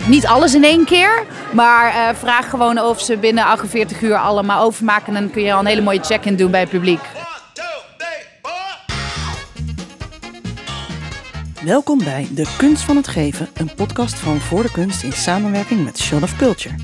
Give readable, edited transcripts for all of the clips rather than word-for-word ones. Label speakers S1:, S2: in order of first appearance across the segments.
S1: Niet alles in één keer, maar vraag gewoon of ze binnen 48 uur allemaal overmaken. En dan kun je al een hele mooie check-in doen bij het publiek.
S2: Welkom bij De Kunst van het Geven, een podcast van Voor de Kunst in samenwerking met Shot of Culture.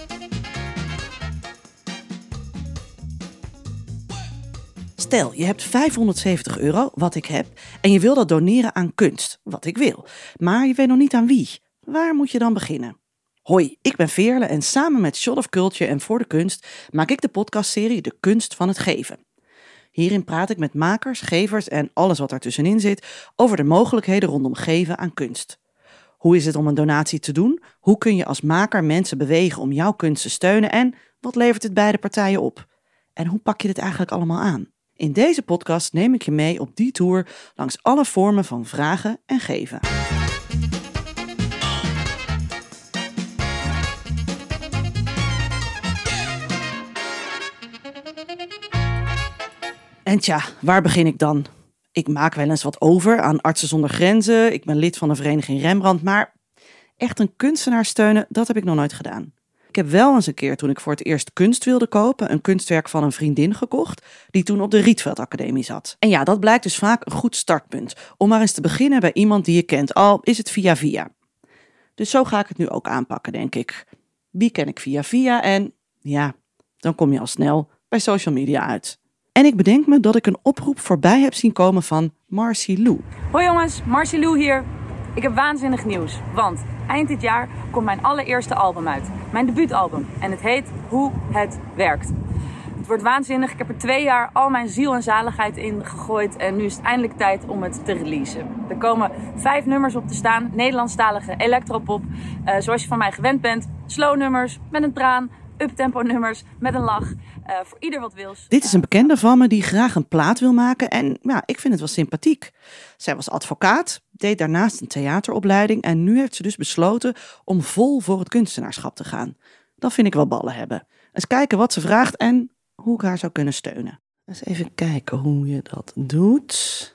S2: Stel, je hebt €570, wat ik heb, en je wil dat doneren aan kunst, wat ik wil. Maar je weet nog niet aan wie. Waar moet je dan beginnen? Hoi, ik ben Veerle en samen met Shot of Culture en Voor de Kunst maak ik de podcastserie De Kunst van het Geven. Hierin praat ik met makers, gevers en alles wat ertussenin zit over de mogelijkheden rondom geven aan kunst. Hoe is het om een donatie te doen? Hoe kun je als maker mensen bewegen om jouw kunst te steunen? En wat levert het beide partijen op? En hoe pak je dit eigenlijk allemaal aan? In deze podcast neem ik je mee op die tour langs alle vormen van vragen en geven. En tja, waar begin ik dan? Ik maak wel eens wat over aan Artsen zonder Grenzen. Ik ben lid van de vereniging Rembrandt. Maar echt een kunstenaar steunen, dat heb ik nog nooit gedaan. Ik heb wel eens een keer, toen ik voor het eerst kunst wilde kopen, een kunstwerk van een vriendin gekocht, die toen op de Rietveld Academie zat. En ja, dat blijkt dus vaak een goed startpunt, om maar eens te beginnen bij iemand die je kent, al is het via. Dus zo ga ik het nu ook aanpakken, denk ik. Wie ken ik via? En ja, dan kom je al snel bij social media uit. En ik bedenk me dat ik een oproep voorbij heb zien komen van Marcy Lou.
S3: Hoi jongens, Marcy Lou hier. Ik heb waanzinnig nieuws, want eind dit jaar komt mijn allereerste album uit. Mijn debuutalbum. En het heet Hoe het werkt. Het wordt waanzinnig. Ik heb er 2 jaar al mijn ziel en zaligheid in gegooid. En nu is het eindelijk tijd om het te releasen. Er komen 5 nummers op te staan. Nederlandstalige electropop. Zoals je van mij gewend bent. Slow nummers met een traan. Uptempo nummers met een lach. Voor ieder wat wils.
S2: Dit is een bekende van me die graag een plaat wil maken en ja, ik vind het wel sympathiek. Zij was advocaat, deed daarnaast een theateropleiding en nu heeft ze dus besloten om vol voor het kunstenaarschap te gaan. Dat vind ik wel ballen hebben. Eens kijken wat ze vraagt en hoe ik haar zou kunnen steunen. Eens even kijken hoe je dat doet.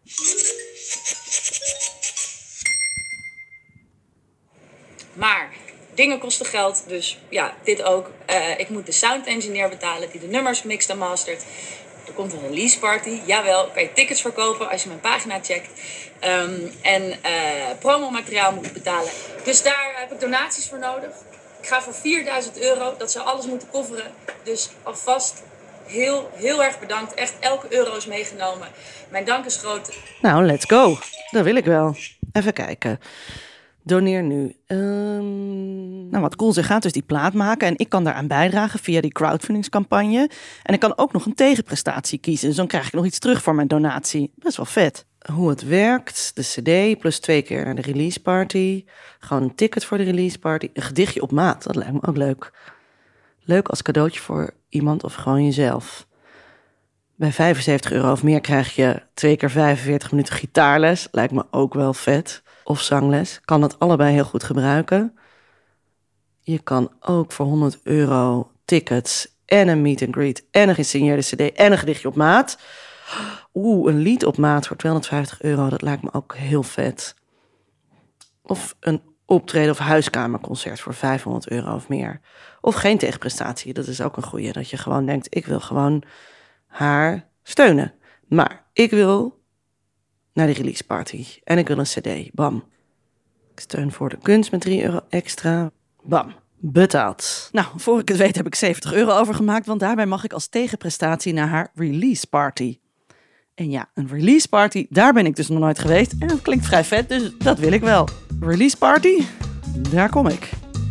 S3: Maar dingen kosten geld, dus ja, dit ook. Ik moet de sound engineer betalen die de nummers mixt en mastert. Er komt een release party, jawel, kan je tickets verkopen als je mijn pagina checkt. En promomateriaal moet ik betalen. Dus daar heb ik donaties voor nodig. Ik ga voor €4.000, dat zou alles moeten coveren. Dus alvast heel erg bedankt. Echt elke euro is meegenomen. Mijn dank is groot.
S2: Nou, let's go. Dat wil ik wel. Even kijken. Doneer nu. Nou, wat cool, ze gaat dus die plaat maken en ik kan daaraan bijdragen via die crowdfundingscampagne. En ik kan ook nog een tegenprestatie kiezen, dus dan krijg ik nog iets terug voor mijn donatie. Best wel vet. Hoe het werkt, de cd plus 2 keer naar de release party. Gewoon een ticket voor de release party. Een gedichtje op maat, dat lijkt me ook leuk. Leuk als cadeautje voor iemand of gewoon jezelf. Bij €75 of meer krijg je 2 keer 45 minuten gitaarles. Lijkt me ook wel vet. Of zangles. Kan dat allebei heel goed gebruiken. Je kan ook voor €100 tickets en een meet and greet en een gesigneerde cd en een gedichtje op maat. Een lied op maat voor €250. Dat lijkt me ook heel vet. Of een optreden of huiskamerconcert voor €500 of meer. Of geen tegenprestatie. Dat is ook een goeie. Dat je gewoon denkt, ik wil gewoon haar steunen. Maar ik wil naar die release party. En ik wil een cd. Bam. Ik steun Voor de Kunst met €3 extra. Bam. Betaald. Nou, voor ik het weet heb ik €70 overgemaakt, want daarbij mag ik als tegenprestatie naar haar release party. En ja, een release party, daar ben ik dus nog nooit geweest. En dat klinkt vrij vet, dus dat wil ik wel. Release party? Daar kom ik.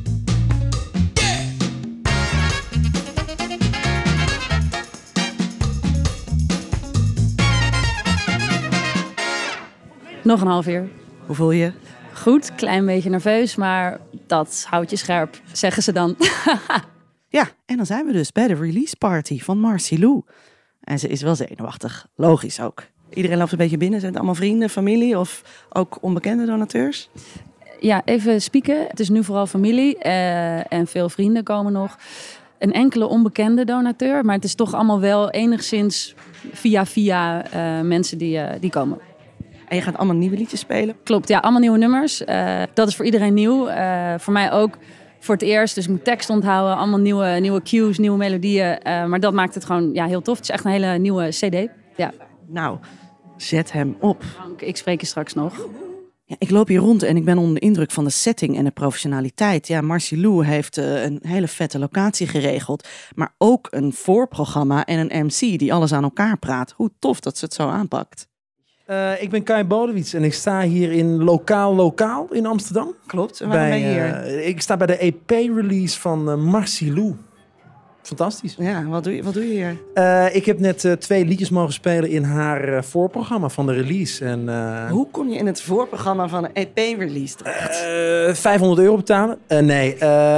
S4: Nog een half uur.
S2: Hoe voel je?
S4: Goed, klein beetje nerveus, maar dat houdt je scherp, zeggen ze dan.
S2: Ja, en dan zijn we dus bij de release party van Marcy Lou. En ze is wel zenuwachtig, logisch ook. Iedereen loopt een beetje binnen, zijn het allemaal vrienden, familie of ook onbekende donateurs?
S4: Ja, even spieken. Het is nu vooral familie en veel vrienden komen nog. Een enkele onbekende donateur, maar het is toch allemaal wel enigszins via mensen die komen.
S2: En je gaat allemaal nieuwe liedjes spelen?
S4: Klopt, ja, allemaal nieuwe nummers. Dat is voor iedereen nieuw. Voor mij ook voor het eerst. Dus ik moet tekst onthouden. Allemaal nieuwe cues, nieuwe melodieën. Maar dat maakt het gewoon heel tof. Het is echt een hele nieuwe CD. Ja.
S2: Nou, zet hem op.
S4: Ik spreek je straks nog.
S2: Ja, ik loop hier rond en ik ben onder de indruk van de setting en de professionaliteit. Ja, Marcilou heeft een hele vette locatie geregeld. Maar ook een voorprogramma en een MC die alles aan elkaar praat. Hoe tof dat ze het zo aanpakt.
S5: Ik ben Kai Bodewits en ik sta hier in Lokaal in Amsterdam.
S2: Klopt, en waarom ben je hier?
S5: Ik sta bij de EP-release van Marcilou. Fantastisch.
S2: Ja, wat doe je hier?
S5: Ik heb net 2 liedjes mogen spelen in haar voorprogramma van de release. En,
S2: hoe kom je in het voorprogramma van een EP-release terecht?
S5: €500 betalen? Nee,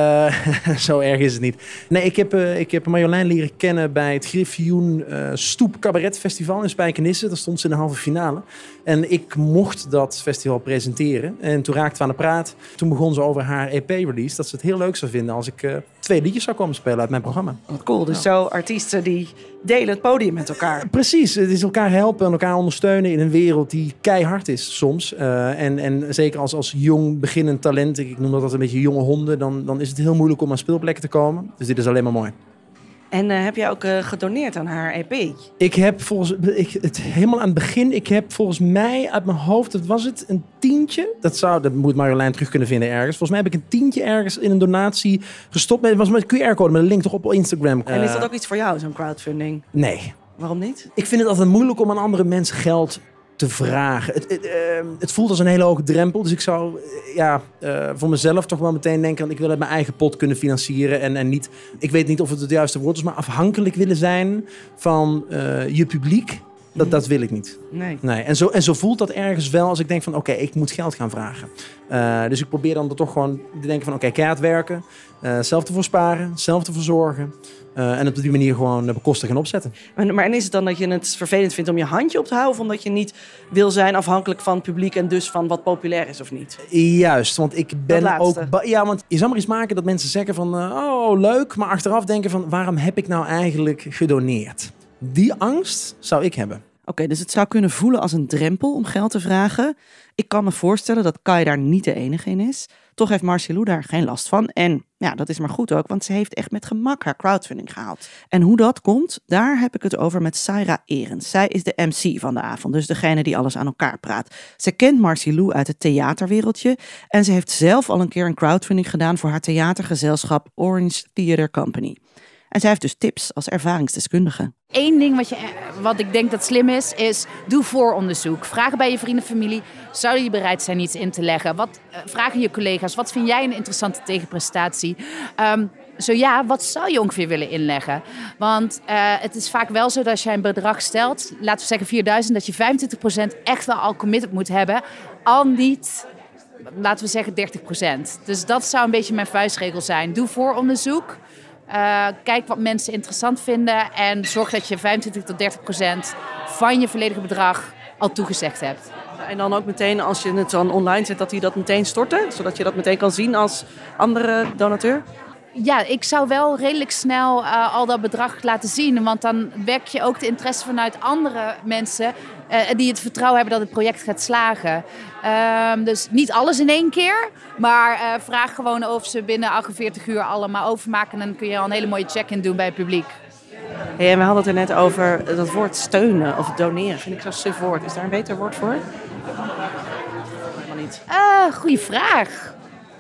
S5: zo erg is het niet. Nee, ik heb Marjolein leren kennen bij het Griffioen Stoep Cabaret Festival in Spijkenisse. Daar stond ze in de halve finale. En ik mocht dat festival presenteren. En toen raakten we aan de praat. Toen begon ze over haar EP-release. Dat ze het heel leuk zou vinden als ik 2 liedjes zou komen spelen uit mijn programma.
S2: Wat cool, dus zo artiesten die delen het podium met elkaar.
S5: Precies, het is elkaar helpen en elkaar ondersteunen in een wereld die keihard is soms. En zeker als jong beginnend talent, ik noem dat een beetje jonge honden, dan is het heel moeilijk om aan speelplekken te komen. Dus dit is alleen maar mooi.
S2: En heb jij ook gedoneerd aan haar EP?
S5: Ik heb helemaal aan het begin, ik heb volgens mij uit mijn hoofd, dat was het, een tientje. Dat moet Marjolein terug kunnen vinden ergens. Volgens mij heb ik een tientje ergens in een donatie gestopt. Het was met een QR-code, met een link toch op Instagram.
S2: En is dat ook iets voor jou, zo'n crowdfunding?
S5: Nee.
S2: Waarom niet?
S5: Ik vind het altijd moeilijk om aan andere mensen geld te vragen. Het voelt als een hele hoge drempel. Dus ik zou voor mezelf toch wel meteen denken, ik wil uit mijn eigen pot kunnen financieren. En niet, ik weet niet of het juiste woord is, maar afhankelijk willen zijn van je publiek. Dat wil ik niet. Nee. En zo voelt dat ergens wel als ik denk van oké, ik moet geld gaan vragen. Dus ik probeer dan toch gewoon te denken van oké, keihard werken. Zelf ervoor sparen, zelf ervoor zorgen. En op die manier gewoon bekostigen en opzetten.
S2: Maar en is het dan dat je het vervelend vindt om je handje op te houden? Of omdat je niet wil zijn afhankelijk van het publiek en dus van wat populair is of niet?
S5: Juist, want ik ben ook... want je zou maar eens maken dat mensen zeggen van oh, leuk. Maar achteraf denken van waarom heb ik nou eigenlijk gedoneerd? Die angst zou ik hebben.
S2: Oké, dus het zou kunnen voelen als een drempel om geld te vragen. Ik kan me voorstellen dat Kai daar niet de enige in is. Toch heeft Marcilou daar geen last van. En ja, dat is maar goed ook, want ze heeft echt met gemak haar crowdfunding gehaald. En hoe dat komt, daar heb ik het over met Saira Erens. Zij is de MC van de avond, dus degene die alles aan elkaar praat. Ze kent Marcilou uit het theaterwereldje en ze heeft zelf al een keer een crowdfunding gedaan voor haar theatergezelschap Orange Theatre Company. En zij heeft dus tips als ervaringsdeskundige.
S1: Eén ding wat ik denk dat slim is doe vooronderzoek. Vraag bij je vrienden en familie, zouden je bereid zijn iets in te leggen? Vraag je collega's, wat vind jij een interessante tegenprestatie? Zo ja, wat zou je ongeveer willen inleggen? Want het is vaak wel zo dat als jij een bedrag stelt, laten we zeggen 4.000, dat je 25% echt wel al committed moet hebben. Al niet, laten we zeggen 30%. Dus dat zou een beetje mijn vuistregel zijn. Doe vooronderzoek. Kijk wat mensen interessant vinden en zorg dat je 25-30% van je volledige bedrag al toegezegd hebt.
S2: En dan ook meteen als je het dan online zet, dat die dat meteen storten, zodat je dat meteen kan zien als andere donateur?
S1: Ja, ik zou wel redelijk snel al dat bedrag laten zien, want dan wek je ook de interesse vanuit andere mensen die het vertrouwen hebben dat het project gaat slagen. Dus niet alles in één keer, maar vraag gewoon of ze binnen 48 uur allemaal overmaken. En dan kun je al een hele mooie check-in doen bij het publiek.
S2: Hey, en we hadden het er net over dat woord steunen of doneren. Vind ik zo'n suf woord. Is daar een beter woord voor? Helemaal niet.
S1: Goeie vraag.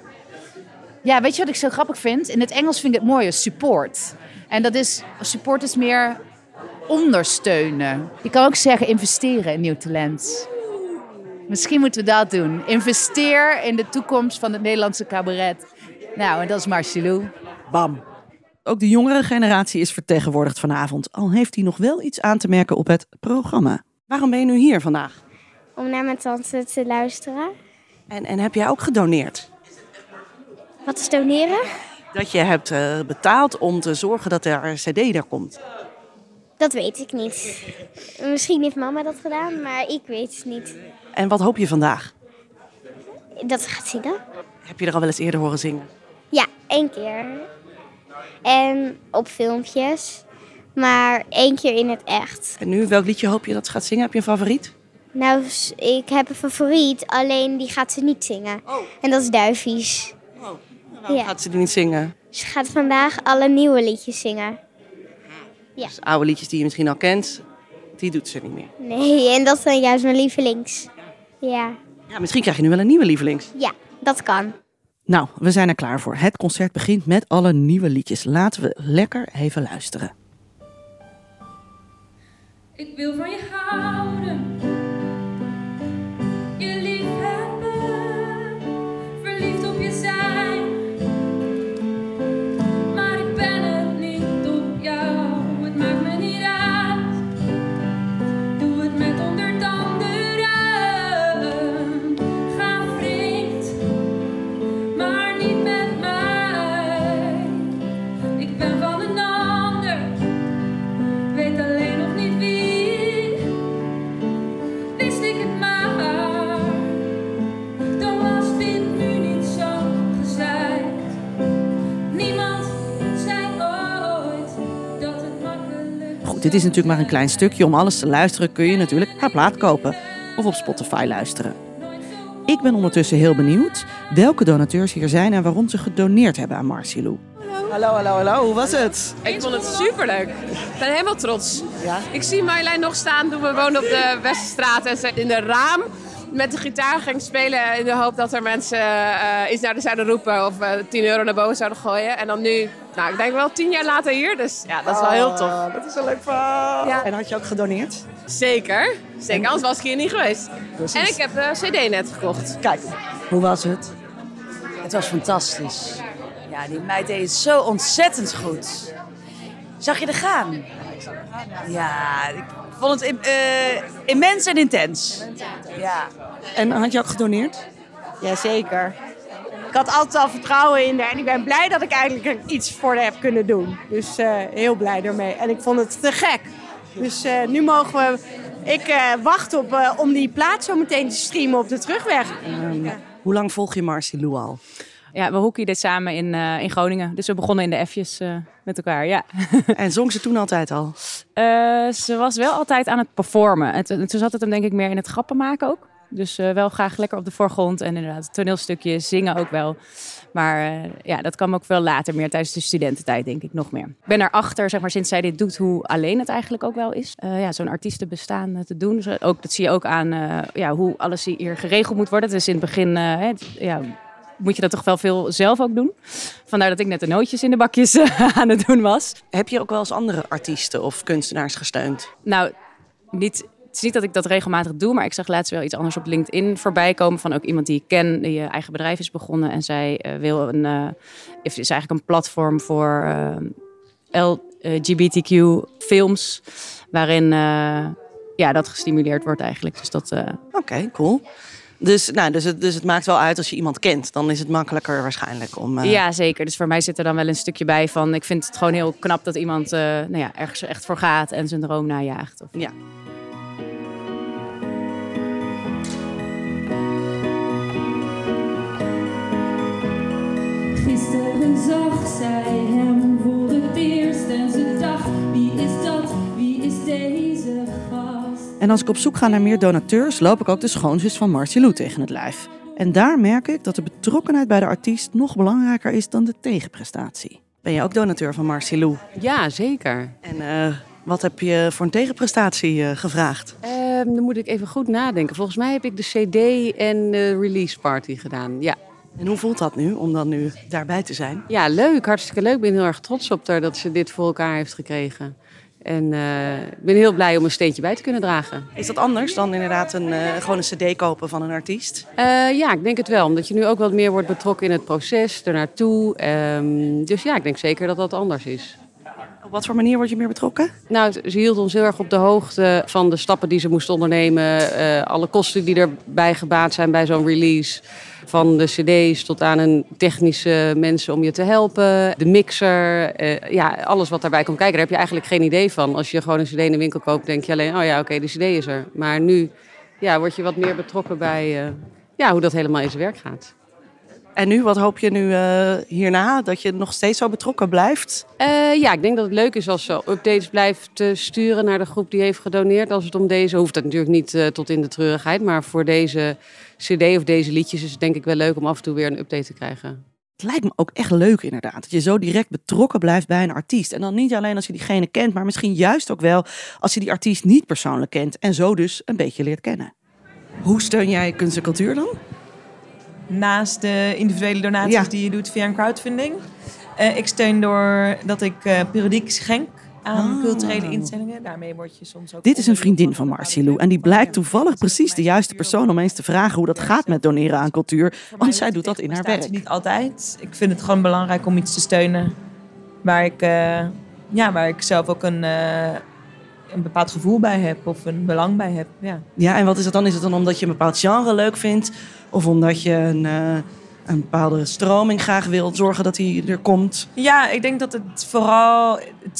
S1: Ja, weet je wat ik zo grappig vind? In het Engels vind ik het mooier, support. En support is meer ondersteunen. Je kan ook zeggen investeren in nieuw talent. Misschien moeten we dat doen. Investeer in de toekomst van het Nederlandse cabaret. Nou, en dat is Marcilou.
S2: Bam. Ook de jongere generatie is vertegenwoordigd vanavond. Al heeft hij nog wel iets aan te merken op het programma. Waarom ben je nu hier vandaag?
S6: Om naar mijn tante te luisteren.
S2: En heb jij ook gedoneerd?
S6: Wat is doneren?
S2: Dat je hebt betaald om te zorgen dat er een cd daar komt.
S6: Dat weet ik niet. Misschien heeft mama dat gedaan, maar ik weet het niet.
S2: En wat hoop je vandaag?
S6: Dat ze gaat zingen.
S2: Heb je er al wel eens eerder horen zingen?
S6: Ja, 1 keer. En op filmpjes. Maar 1 keer in het echt.
S2: En nu, welk liedje hoop je dat ze gaat zingen? Heb je een favoriet?
S6: Nou, ik heb een favoriet, alleen die gaat ze niet zingen. En dat is Duivies.
S2: Waarom gaat ze die niet zingen?
S6: Ze gaat vandaag alle nieuwe liedjes zingen.
S2: Dus oude liedjes die je misschien al kent, die doet ze niet meer.
S6: Nee, en dat zijn juist mijn lievelings. Ja,
S2: Misschien krijg je nu wel een nieuwe lievelings.
S6: ja, dat kan.
S2: Nou, we zijn er klaar voor. Het concert begint met alle nieuwe liedjes. Laten we lekker even luisteren.
S7: Ik wil van je houden, je lief hebben, verliefd op je zijn. Maar ik ben het niet op jou, het maakt me niet uit. Doe het met honderd anderen, ga vreemd, maar niet met mij. Ik ben van een ander, weet alleen nog niet wie. Wist ik het maar, dan was dit nu niet zo gezegd. Niemand zei ooit dat het makkelijk
S2: Goed, dit is natuurlijk maar een klein stukje. Om alles te luisteren kun je natuurlijk haar plaat kopen of op Spotify luisteren. Ik ben ondertussen heel benieuwd welke donateurs hier zijn en waarom ze gedoneerd hebben aan Marcielou. Hallo. Hoe was het?
S8: Ik vond het superleuk. Ik ben helemaal trots.
S2: Ja?
S8: Ik zie Marjolein nog staan toen we woonden op de Westerstraat. En ze in de raam met de gitaar ging spelen in de hoop dat er mensen iets naar de zouden roepen. Of €10 naar boven zouden gooien. En dan nu, ik denk wel 10 jaar later hier. Dus ja, dat is wel heel tof.
S2: Dat is een leuk verhaal.
S8: Ja.
S2: En had je ook gedoneerd?
S8: Zeker, anders was ik hier niet geweest. En ik heb de CD net gekocht.
S2: Kijk, hoe was het?
S9: Het was fantastisch. Ja, die meid deed het zo ontzettend goed. Zag je er gaan? Ja, ik vond het immens en intens. Ja.
S2: En had je ook gedoneerd?
S10: Jazeker. Ik had altijd al vertrouwen in haar en ik ben blij dat ik eigenlijk iets voor haar heb kunnen doen. Dus heel blij ermee. En ik vond het te gek. Dus nu mogen we... Ik wacht om die plaat zo meteen te streamen op de terugweg.
S2: Hoe lang volg je Marcielou al?
S4: Ja, we hockeyden dit samen in Groningen. Dus we begonnen in de F'jes met elkaar, ja.
S2: En zong ze toen altijd al?
S4: Ze was wel altijd aan het performen. En toen zat het hem denk ik meer in het grappen maken ook. Dus wel graag lekker op de voorgrond. En inderdaad, toneelstukjes, zingen ook wel. Maar dat kwam ook veel later, meer tijdens de studententijd denk ik nog meer. Ik ben erachter, zeg maar, sinds zij dit doet, hoe alleen het eigenlijk ook wel is. Zo'n artiestenbestaan te doen. Dus ook, dat zie je ook aan hoe alles hier geregeld moet worden. Dus in het begin moet je dat toch wel veel zelf ook doen. Vandaar dat ik net de nootjes in de bakjes aan het doen was.
S2: Heb je ook wel eens andere artiesten of kunstenaars gesteund?
S4: Nou, het is niet dat ik dat regelmatig doe, maar ik zag laatst wel iets anders op LinkedIn voorbij komen van ook iemand die ik ken, die eigen bedrijf is begonnen. En zij is eigenlijk een platform voor LGBTQ films, waarin dat gestimuleerd wordt eigenlijk. Dus dat.
S2: Oké, cool. Dus het maakt wel uit als je iemand kent. Dan is het makkelijker waarschijnlijk om...
S4: Ja, zeker. Dus voor mij zit er dan wel een stukje bij van... Ik vind het gewoon heel knap dat iemand ergens echt voor gaat en zijn droom najaagt.
S2: Ja.
S7: Gisteren zag zij hem voor het eerst en ze dacht, wie is dat, wie is deze gast?
S2: En als ik op zoek ga naar meer donateurs, loop ik ook de schoonzus van Marcielou tegen het lijf. En daar merk ik dat de betrokkenheid bij de artiest nog belangrijker is dan de tegenprestatie. Ben je ook donateur van Marcielou?
S11: Ja, zeker.
S2: En wat heb je voor een tegenprestatie gevraagd?
S11: Dan moet ik even goed nadenken. Volgens mij heb ik de CD en de release party gedaan, ja.
S2: En hoe voelt dat nu, om dan nu daarbij te zijn?
S11: Ja, leuk. Hartstikke leuk. Ik ben heel erg trots op haar dat ze dit voor elkaar heeft gekregen. En ik ben heel blij om een steentje bij te kunnen dragen.
S2: Is dat anders dan inderdaad gewoon een cd kopen van een artiest?
S11: Ja, ik denk het wel. Omdat je nu ook wat meer wordt betrokken in het proces, ernaartoe. Dus ja, ik denk zeker dat dat anders is.
S2: Op wat voor manier word je meer betrokken?
S11: Nou, ze hield ons heel erg op de hoogte van de stappen die ze moest ondernemen. Alle kosten die erbij gebaat zijn bij zo'n release. Van de cd's tot aan een technische mensen om je te helpen. De mixer, alles wat daarbij komt kijken. Daar heb je eigenlijk geen idee van. Als je gewoon een cd in de winkel koopt, denk je alleen... de cd is er. Maar nu word je wat meer betrokken bij hoe dat helemaal in zijn werk gaat.
S2: En nu, wat hoop je nu hierna? Dat je nog steeds zo betrokken blijft?
S11: Ja, ik denk dat het leuk is als ze updates blijft sturen naar de groep die heeft gedoneerd. Als het om deze, hoeft dat natuurlijk niet tot in de treurigheid. Maar voor deze cd of deze liedjes is het denk ik wel leuk om af en toe weer een update te krijgen.
S2: Het lijkt me ook echt leuk inderdaad. Dat je zo direct betrokken blijft bij een artiest. En dan niet alleen als je diegene kent, maar misschien juist ook wel als je die artiest niet persoonlijk kent. En zo dus een beetje leert kennen. Hoe steun jij kunst en cultuur dan?
S12: Naast de individuele donaties die je doet via een crowdfunding. Ik steun doordat ik periodiek schenk aan culturele instellingen. Daarmee word je soms ook...
S2: Dit is een vriendin van Marcilou. En die blijkt toevallig precies de juiste persoon om eens te vragen hoe dat gaat met doneren aan cultuur. Want zij doet dat in haar werk.
S12: Niet altijd. Ik vind het gewoon belangrijk om iets te steunen waar ik zelf ook een bepaald gevoel bij heb of een belang bij heb. Ja,
S2: en wat is het dan? Is het dan omdat je een bepaald genre leuk vindt? Of omdat je een bepaalde stroming graag wilt zorgen dat die er komt?
S12: Ja, ik denk dat het vooral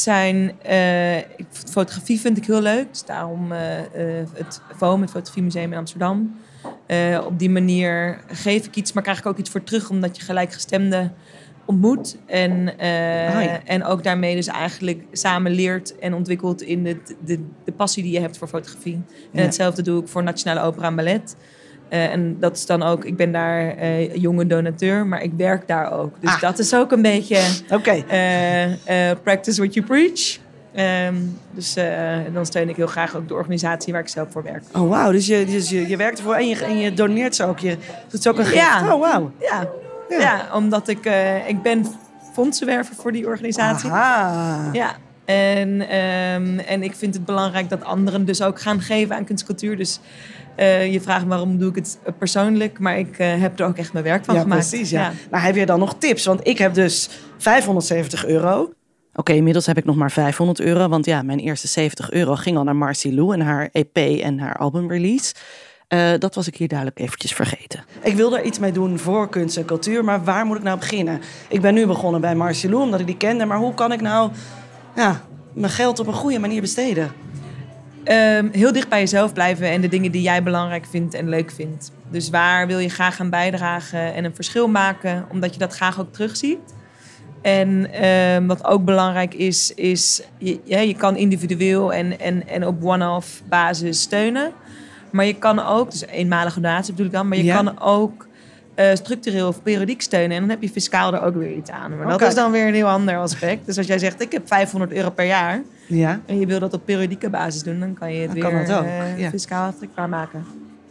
S12: fotografie vind ik heel leuk. Dus daarom het FOAM, het Fotografiemuseum in Amsterdam. Op die manier geef ik iets, maar krijg ik ook iets voor terug, omdat je gelijkgestemden ontmoet. En ook daarmee dus eigenlijk samen leert en ontwikkelt in de passie die je hebt voor fotografie. En hetzelfde doe ik voor Nationale Opera en Ballet. En dat is dan ook, ik ben daar jonge donateur, maar ik werk daar ook. Dus dat is ook een beetje practice what you preach. Dus dan steun ik heel graag ook de organisatie waar ik zelf voor werk.
S2: Oh wauw, dus je werkt ervoor en je doneert ze ook. Je doet ze ook een gift.
S12: Ja.
S2: Oh wauw.
S12: Ja, omdat ik ben fondsenwerver voor die organisatie.
S2: Aha.
S12: Ja. En ik vind het belangrijk dat anderen dus ook gaan geven aan kunst en cultuur. Dus je vraagt waarom doe ik het persoonlijk, maar ik heb er ook echt mijn werk van gemaakt.
S2: Precies, ja. Nou, heb je dan nog tips? Want ik heb dus €570. Oké, inmiddels heb ik nog maar €500. Want ja, mijn eerste €70 ging al naar Marcilou en haar EP en haar albumrelease. Dat was ik hier duidelijk eventjes vergeten. Ik wil er iets mee doen voor kunst en cultuur, maar waar moet ik nou beginnen? Ik ben nu begonnen bij Marcilou, omdat ik die kende. Maar hoe kan ik nou mijn geld op een goede manier besteden?
S12: Heel dicht bij jezelf blijven en de dingen die jij belangrijk vindt en leuk vindt. Dus waar wil je graag aan bijdragen en een verschil maken, omdat je dat graag ook terugziet. En wat ook belangrijk is je kan individueel en op one-off basis steunen. Maar je kan ook, dus eenmalige donatie bedoel ik dan, maar je kan ook structureel of periodiek steunen. En dan heb je fiscaal er ook weer iets aan. Maar dat is dan weer een heel ander aspect. Dus als jij zegt, ik heb €500 per jaar. Ja. En je wil dat op periodieke basis doen, dan kan je het weer fiscaal aftrekbaar maken.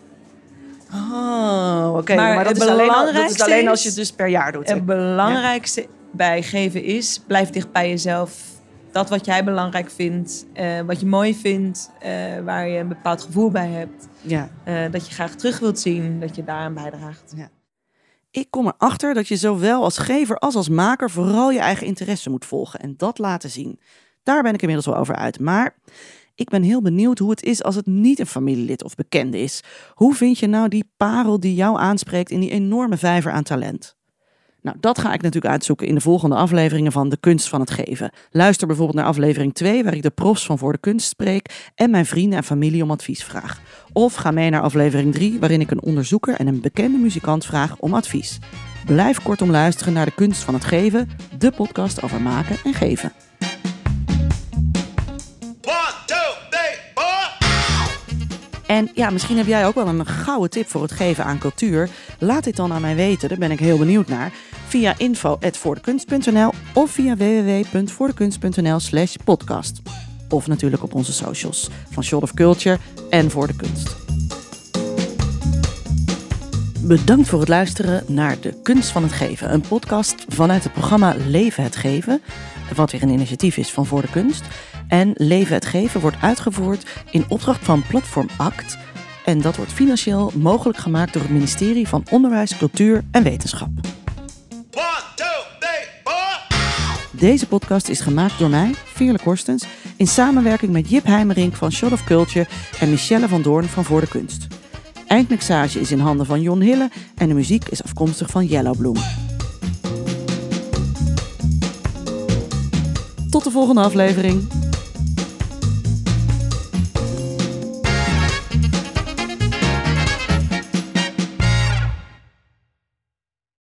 S2: Oh, oké. Maar dat is alleen als je het dus per jaar doet.
S12: Het belangrijkste bij geven is, blijf dicht bij jezelf. Dat wat jij belangrijk vindt, wat je mooi vindt, waar je een bepaald gevoel bij hebt. Ja. Dat je graag terug wilt zien, dat je daaraan bijdraagt.
S2: Ja. Ik kom erachter dat je zowel als gever als maker vooral je eigen interesse moet volgen en dat laten zien. Daar ben ik inmiddels wel over uit. Maar ik ben heel benieuwd hoe het is als het niet een familielid of bekende is. Hoe vind je nou die parel die jou aanspreekt in die enorme vijver aan talent? Nou, dat ga ik natuurlijk uitzoeken in de volgende afleveringen van De Kunst van het Geven. Luister bijvoorbeeld naar aflevering 2, waar ik de profs van Voor de Kunst spreek en mijn vrienden en familie om advies vraag. Of ga mee naar aflevering 3, waarin ik een onderzoeker en een bekende muzikant vraag om advies. Blijf kortom luisteren naar De Kunst van het Geven, de podcast over maken en geven. En ja, misschien heb jij ook wel een gouden tip voor het geven aan cultuur. Laat dit dan aan mij weten, daar ben ik heel benieuwd naar. Via info@voordekunst.nl of via www.voordekunst.nl/podcast. Of natuurlijk op onze socials van Shot of Culture en Voor de Kunst. Bedankt voor het luisteren naar De Kunst van het Geven. Een podcast vanuit het programma Leven het Geven. Wat weer een initiatief is van Voor de Kunst. En Leven het Geven wordt uitgevoerd in opdracht van Platform ACT. En dat wordt financieel mogelijk gemaakt door het ministerie van Onderwijs, Cultuur en Wetenschap. Deze podcast is gemaakt door mij, Veerle Korstens, in samenwerking met Jip Heimerink van Shot of Culture en Michelle van Doorn van Voor de Kunst. Eindmixage is in handen van Jon Hille en de muziek is afkomstig van Yellowbloom. Tot de volgende aflevering.